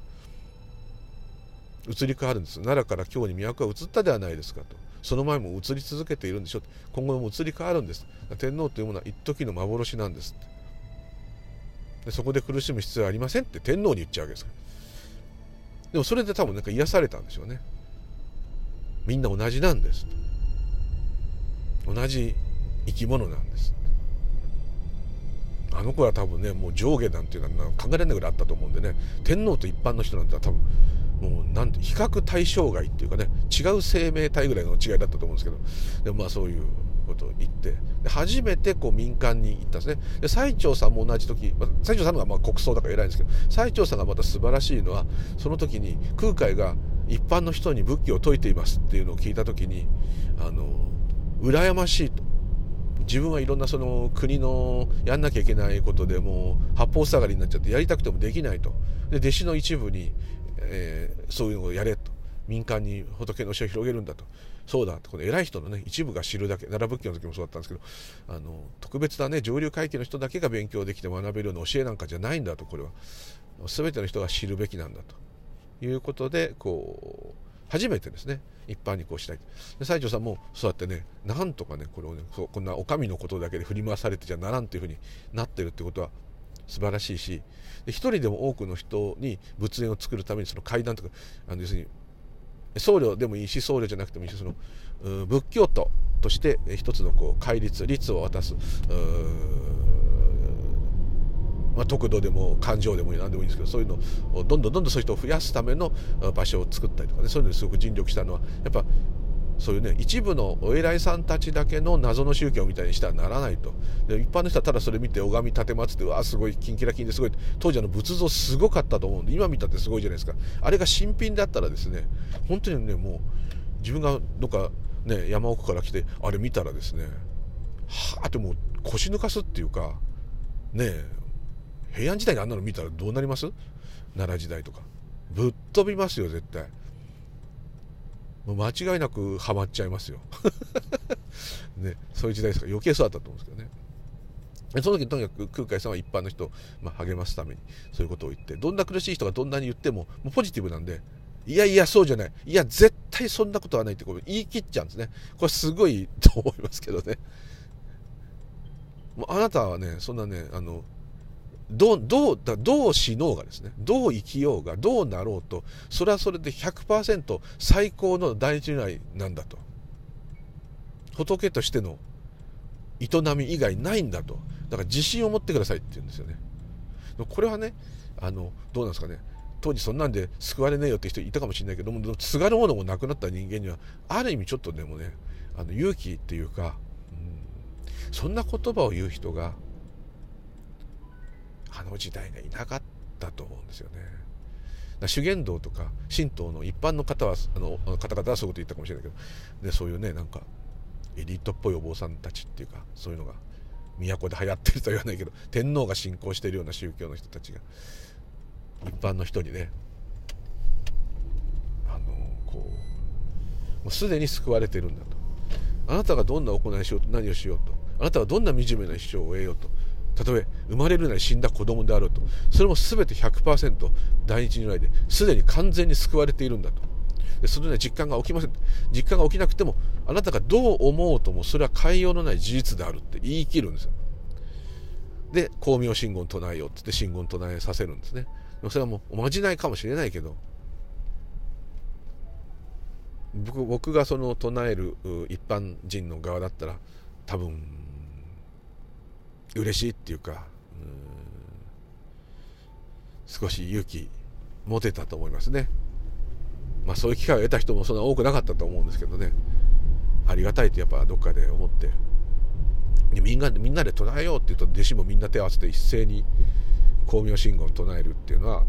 移り変わるんです。奈良から京に都が移ったではないですかと。その前も移り続けているんでしょ。今後も移り変わるんです。天皇というものは一時の幻なんです。でそこで苦しむ必要はありませんって天皇に言っちゃうわけです。でもそれで多分なんか癒されたんでしょうね。みんな同じなんですと、同じ生き物なんです。あの子は多分ねもう上下なんていうのは考えられないぐらいあったと思うんでね、天皇と一般の人なんて多分もうなんて比較対象外っていうかね、違う生命体ぐらいの違いだったと思うんですけど、でもそういうことを言って、で初めてこう民間に行ったんですね。で最澄さんも同じ時、最澄さんのが国葬だから偉いんですけど、最澄さんがまた素晴らしいのは、その時に空海が一般の人に仏教を説いていますっていうのを聞いた時に羨ましいと。自分はいろんなその国のやんなきゃいけないことでもう八方塞がりになっちゃってやりたくてもできないと。で弟子の一部に、そういうのをやれと、民間に仏の教えを広げるんだと。そうだと、この偉い人のね一部が知るだけ、奈良仏教の時もそうだったんですけど、特別なね上流階級の人だけが勉強できて学べるような教えなんかじゃないんだと、これは全ての人が知るべきなんだということで、こう初めてですね一般にこうしたい。で西条さんもそうやってね、なんとかねこれをねこんなお上のことだけで振り回されてじゃならんっていうふうになってるってことは素晴らしいし、で一人でも多くの人に仏縁を作るためにその階段とか要するに僧侶でもいいし僧侶じゃなくてもいいし、その仏教徒として一つのこう戒律を渡す得度でも感情でも何でもいいんですけど、そういうのをどんどんそういう人を増やすための場所を作ったりとかね、そういうのにすごく尽力したのはやっぱそういうね一部のお偉いさんたちだけの謎の宗教みたいにしてはならないと。で一般の人はただそれ見て拝み立てまつって、うわすごいキンキラキンですごい、当時仏像すごかったと思うんで、今見たってすごいじゃないですか。あれが新品だったらですね、本当にねもう自分がどっかね山奥から来てあれ見たらですね、はあってもう腰抜かすっていうかね、平安時代にあんなの見たらどうなります？奈良時代とかぶっ飛びますよ絶対。もう間違いなくハマっちゃいますよ、ね、そういう時代ですから余計そうだったと思うんですけどね。その時にとにかく空海さんは一般の人を励ますためにそういうことを言って、どんな苦しい人がどんなに言ってももうポジティブなんでいやいやそうじゃない、いや絶対そんなことはないってこう言い切っちゃうんですね。これすごいと思いますけどね。もうあなたはねそんなねどう死のうがですね、どう生きようがどうなろうと、それはそれで 100% 最高の第一如来なんだと、仏としての営み以外ないんだと、だから自信を持ってくださいって言うんですよね。これはねどうなんですかね、当時そんなんで救われねえよって人いたかもしれないけども、すがるものもなくなった人間にはある意味ちょっとでもね勇気っていうか、そんな言葉を言う人があの時代にいなかったと思うんですよね。修験道とか神道の一般の方は方々はそういうこと言ったかもしれないけど、でそういうねなんかエリートっぽいお坊さんたちっていうか、そういうのが都で流行ってるとは言わないけど、天皇が信仰しているような宗教の人たちが一般の人にねもうすでに救われてるんだと、あなたがどんな行いしようと何をしようと、あなたはどんな惨めな一生を終えようと、たとえ生まれるなり死んだ子供であろうと、それも全て 100% 第一如来ですでに完全に救われているんだと。でそのような実感が起きません。実感が起きなくてもあなたがどう思うともそれは変えようのない事実であるって言い切るんですよ。で光明真言唱えようって言って真言唱えさせるんですね。それはもうおまじないかもしれないけど、僕がその唱える一般人の側だったら多分嬉しいっていうか、少し勇気持てたと思いますね。まあそういう機会を得た人もそんな多くなかったと思うんですけどね、ありがたいってやっぱどっかで思って、みんなで唱えようって言うと弟子もみんな手を合わせて一斉に光明真言を唱えるっていうのは、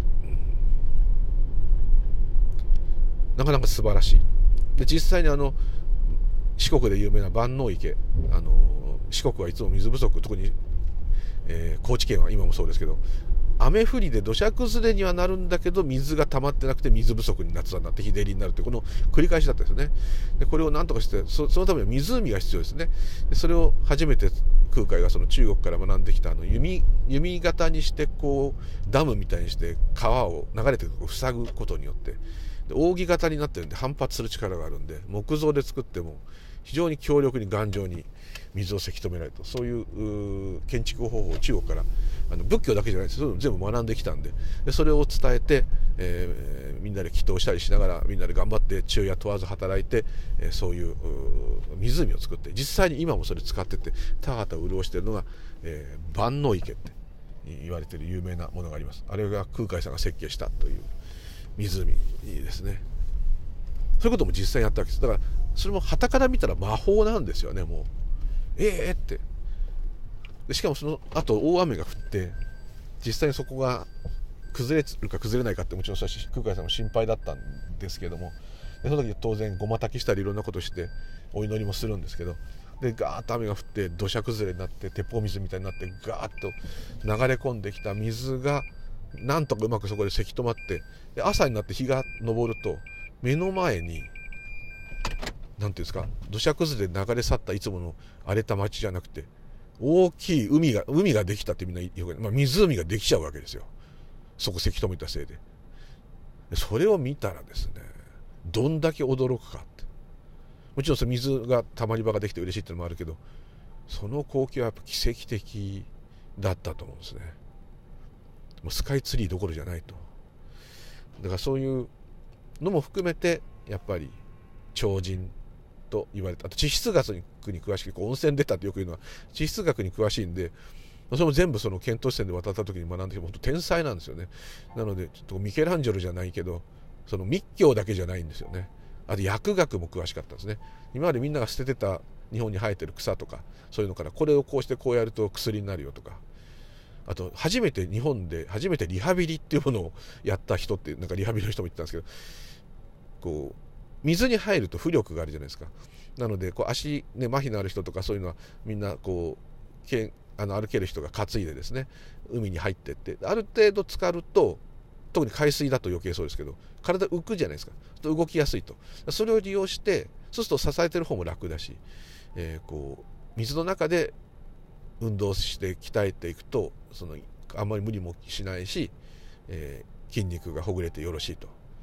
なかなか素晴らしい。で実際に四国で有名な万能池、四国はいつも水不足、特に、高知県は今もそうですけど、雨降りで土砂崩れにはなるんだけど水が溜まってなくて水不足に夏はなって日照りになるというこの繰り返しだったんですよね。でこれを何とかしてそのためには湖が必要ですね。でそれを初めて空海がその中国から学んできた弓形にしてこうダムみたいにして川を流れて塞ぐことによって、で扇形になってるんで反発する力があるんで、木造で作っても非常に強力に頑丈に水をせき止められると、そういう建築方法を中国から仏教だけじゃないですけど全部学んできたんで、それを伝えて、みんなで祈祷したりしながらみんなで頑張って昼夜問わず働いて、そういう湖を作って、実際に今もそれ使ってて田畑を潤しているのが、万能池って言われている有名なものがあります。あれが空海さんが設計したという湖ですね。そういうことも実際にやったわけです。だからそれも傍から見たら魔法なんですよね。もうってでしかもその後大雨が降って実際にそこが崩れるか崩れないかってもちろん空海さんも心配だったんですけども、でその時当然ごまたきしたりいろんなことしてお祈りもするんですけど、でガーッと雨が降って土砂崩れになって鉄砲水みたいになってガーッと流れ込んできた水がなんとかうまくそこでせき止まって、で朝になって日が昇ると目の前になんていうんですか、土砂崩れで流れ去ったいつもの荒れた町じゃなくて大きい海ができたってみんなよく、湖ができちゃうわけですよ。そこせき止めたせいで。それを見たらですね、どんだけ驚くかって。もちろんその水がたまり場ができて嬉しいっていうのもあるけど、その光景はやっぱ奇跡的だったと思うんですね。もうスカイツリーどころじゃないと。だからそういうのも含めてやっぱり超人と言われた。あと地質学に詳しく、温泉出たってよく言うのは地質学に詳しいんで、それも全部その遣唐使船で渡った時に学んできて、本当天才なんですよね。なのでちょっとミケランジェロじゃないけど、その密教だけじゃないんですよね。あと薬学も詳しかったんですね。今までみんなが捨ててた日本に生えてる草とかそういうのから、これをこうしてこうやると薬になるよとか、あと日本で初めてリハビリっていうものをやった人って、なんかリハビリの人も言ってたんですけど、こう水に入ると浮力があるじゃないですか。なのでこう足、ね、麻痺のある人とかそういうのはみんなこう歩ける人が担いでですね海に入ってって、ある程度浸かると、特に海水だと余計そうですけど体浮くじゃないですか。動きやすいと。それを利用して、そうすると支えてる方も楽だし、こう水の中で運動して鍛えていくとあんまり無理もしないし、筋肉がほぐれてよろしいと。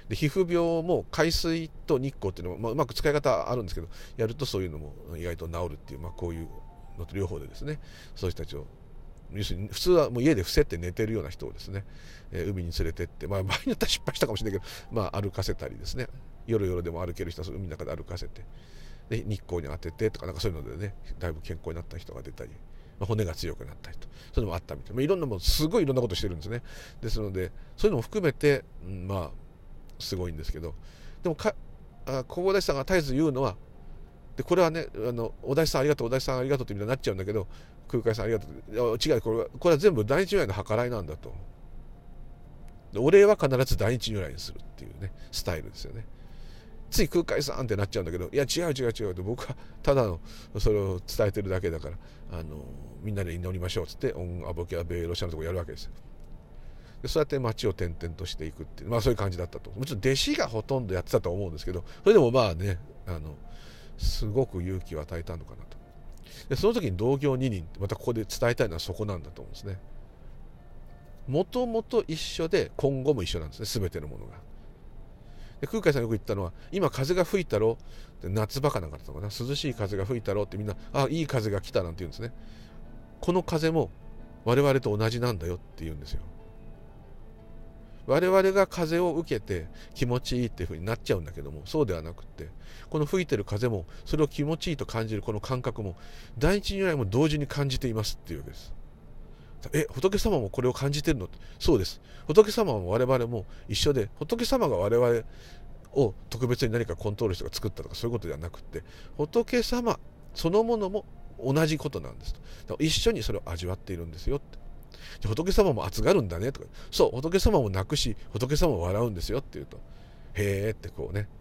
で皮膚病も海水と日光っていうのも、うまく使い方あるんですけど、やるとそういうのも意外と治るっていう、こういうのと両方でですね、そういう人たちを、要するに普通はもう家で伏せて寝てるような人をですね、海に連れてって、場合によっては失敗したかもしれないけど、歩かせたりですね、よろよろでも歩ける人は海の中で歩かせて、で日光に当ててとか、そういうのでね、だいぶ健康になった人が出たり、骨が強くなったりと、そういうのもあったみたいな、いろんなもすごいいろんなことしてるんですね。ですのでそういうのも含めて、すごいんですけど、でも小林さんが絶えず言うのは、でこれはね、お大師さんありがとう、お大師さんありがとうってみんなになっちゃうんだけど、空海さんありがとう、違う、これは全部大日如来の計らいなんだと。でお礼は必ず大日如来にするっていうねスタイルですよね。つい空海さんってなっちゃうんだけど、いや違うと、僕はただのそれを伝えてるだけだから、みんなで祈りましょうっつって、オンアボキャベロシャのとこやるわけですよ。でそうやって街を転々としていくっていう、そういう感じだったと。もちろん弟子がほとんどやってたと思うんですけど、それでもすごく勇気を与えたのかなと。でその時に同業2人、またここで伝えたいのはそこなんだと思うんですね。もともと一緒で今後も一緒なんですね、全てのものが。で空海さんよく言ったのは、今風が吹いたろって、夏場かなんかだったのかな、涼しい風が吹いたろってみんな、いい風が来たなんて言うんですね。この風も我々と同じなんだよって言うんですよ。我々が風を受けて気持ちいいっていう風になっちゃうんだけども、そうではなくって、この吹いてる風もそれを気持ちいいと感じるこの感覚も第一如来も同時に感じていますっていうわけです。仏様もこれを感じてるの？そうです。仏様も我々も一緒で、仏様が我々を特別に何かコントロールして作ったとかそういうことではなくって、仏様そのものも同じことなんですと。だから一緒にそれを味わっているんですよって。仏様も暑がるんだねとか、そう、仏様も泣くし仏様も笑うんですよって言うと、へーってこうね、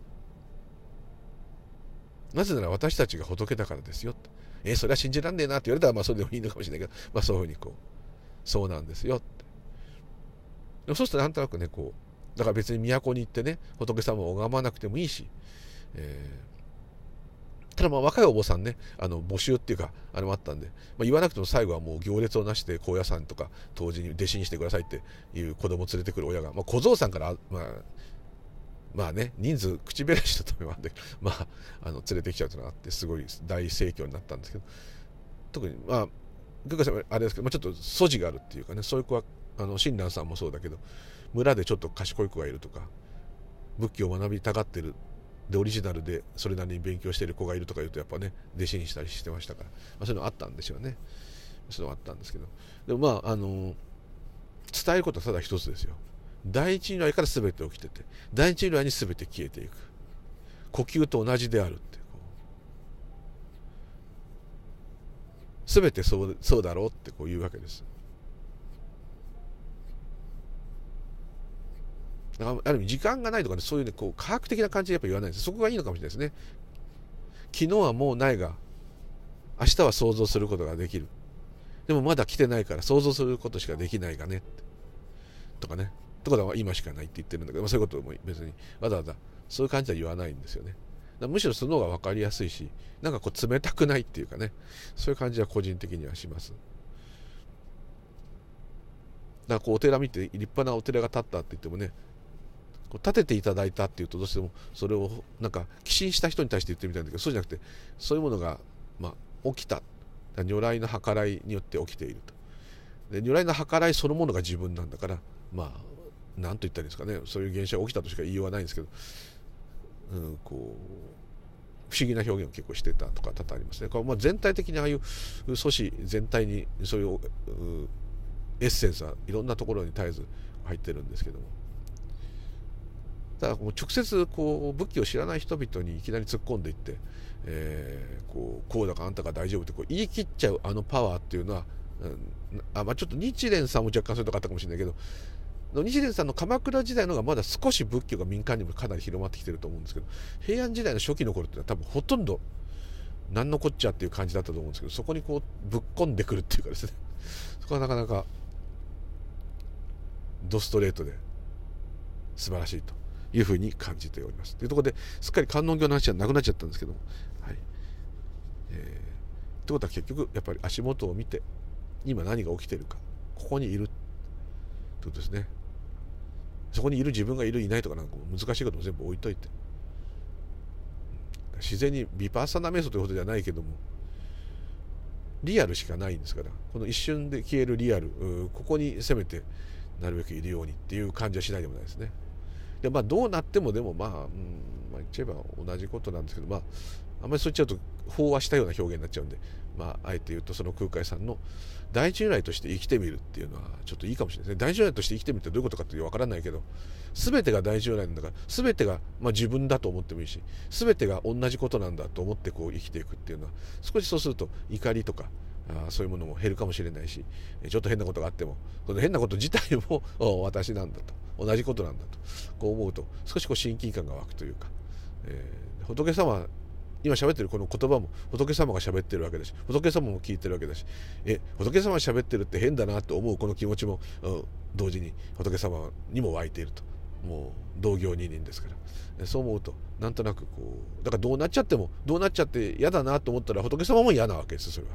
なぜなら私たちが仏だからですよって、それは信じらんねえなって言われたらそれでもいいのかもしれないけど、そういうふうにこう、そうなんですよって。でもそうするとなんとなくね、だから別に都に行ってね仏様を拝まなくてもいいし、ただ若いお坊さんね、募集っていうかもあったんで、言わなくても最後はもう行列をなして高野山とか当時に弟子にしてくださいっていう子供連れてくる親が、小僧さんから人数口減らしだと思うんだけど、連れてきちゃうというのがあって、すごい大盛況になったんですけど、特に空海さんあれですけど、ちょっと素地があるっていうかね、そういう子は親鸞さんもそうだけど、村でちょっと賢い子がいるとか、仏教を学びたがってるでオリジナルでそれなりに勉強している子がいるとかいうと、やっぱね弟子にしたりしてましたから、そういうのあったんですよね。そういうのあったんですけど、でも伝えることはただ一つですよ。第一如来から全て起きてて、第一如来に全て消えていく、呼吸と同じであるって、全てそうだろうってこう言うわけです。ある意味時間がないとかね、そういうね科学的な感じでやっぱ言わないんです。そこがいいのかもしれないですね。昨日はもうないが明日は想像することができる、でもまだ来てないから想像することしかできないがねとかね、ってことは今しかないって言ってるんだけど、そういうことも別にわざわざそういう感じでは言わないんですよね。むしろその方が分かりやすいし、冷たくないっていうかね、そういう感じは個人的にはします。だからお寺見て立派なお寺が建ったって言ってもね、建てていただいたっていうとどうしてもそれを寄進した人に対して言ってみたいんだけど、そうじゃなくて、そういうものが起きた、如来の計らいによって起きていると。で如来の計らいそのものが自分なんだから、何と言ったらいいんですかね、そういう現象が起きたとしか言いようがないんですけど、不思議な表現を結構してたとか多々ありますね。全体的にああいう祖師全体にそういうエッセンスはいろんなところに絶えず入ってるんですけども、ただ直接仏教を知らない人々にいきなり突っ込んでいって、こうだからあんたが大丈夫って言い切っちゃうパワーっていうのは、ちょっと日蓮さんも若干そういうとこあったかもしれないけど、日蓮さんの鎌倉時代の方がまだ少し仏教が民間にもかなり広まってきてると思うんですけど、平安時代の初期の頃っていうのは多分ほとんど何のこっちゃっていう感じだったと思うんですけど、そこにぶっ込んでくるっていうかですね、そこはなかなかドストレートで素晴らしいというふうに感じております。というところですっかり観音経の話はなくなっちゃったんですけども、はい。ってことは結局やっぱり足元を見て今何が起きているか、ここにいるってことですね。 そこにいる自分がいるいないとかなんか難しいことも全部置いといて、自然にビパッサナ瞑想ということではないけども、リアルしかないんですから、この一瞬で消えるリアル、ここにせめてなるべくいるようにっていう感じはしないでもないですね。でどうなってもでも言っちゃえば同じことなんですけど、あんまりそう言っちゃうと飽和したような表現になっちゃうんで、あえて言うと、その空海さんの大如来として生きてみるっていうのはちょっといいかもしれないですね。大如来として生きてみるってどういうことかって分からないけど、全てが大如来なんだから、全てが自分だと思ってもいいし、全てが同じことなんだと思って生きていくっていうのは、少しそうすると怒りとかそういうものも減るかもしれないし、ちょっと変なことがあってもこの変なこと自体も私なんだと、同じことなんだと思うと、少し親近感が湧くというか、仏様今喋ってるこの言葉も仏様が喋ってるわけだし、仏様も聞いてるわけだし、仏様が喋ってるって変だなと思うこの気持ちも、同時に仏様にも湧いていると、もう同業二人ですから、そう思うとなんとなくだからどうなっちゃって嫌だなと思ったら仏様も嫌なわけです。それ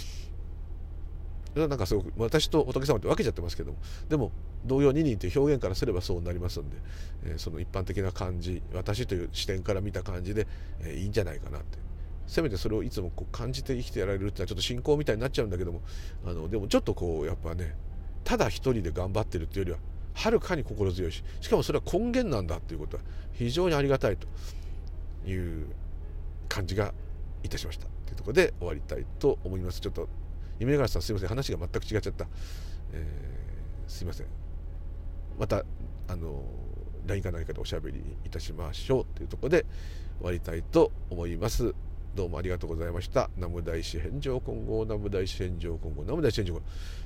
はなんかすごく私と仏様って分けちゃってますけども、でも同様二人という表現からすればそうなりますんで、その一般的な感じ、私という視点から見た感じで、いいんじゃないかなって、せめてそれをいつも感じて生きてやられるってのはちょっと信仰みたいになっちゃうんだけども、でもちょっとやっぱね、ただ一人で頑張ってるっていうよりははるかに心強いし、しかもそれは根源なんだっていうことは非常にありがたいという感じがいたしましたというところで終わりたいと思います。ちょっと夢川さんすいません、話が全く違っちゃった、すいません。またLINE か何かでおしゃべりいたしましょうというところで終わりたいと思います。どうもありがとうございました。南無大師返上金剛、南無大師返上金剛、南無大師返上金剛、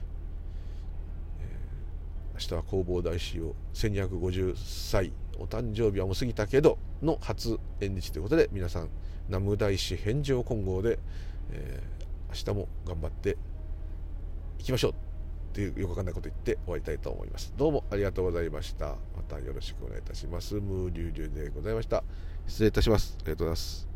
明日は弘法大師を1250歳お誕生日はもう過ぎたけどの初縁日ということで、皆さん南無大師返上金剛で、明日も頑張っていきましょうっていうよくわかんないこと言って終わりたいと思います。どうもありがとうございました。またよろしくお願いいたします。ムーリュウリュウでございました。失礼いたします。ありがとうございます。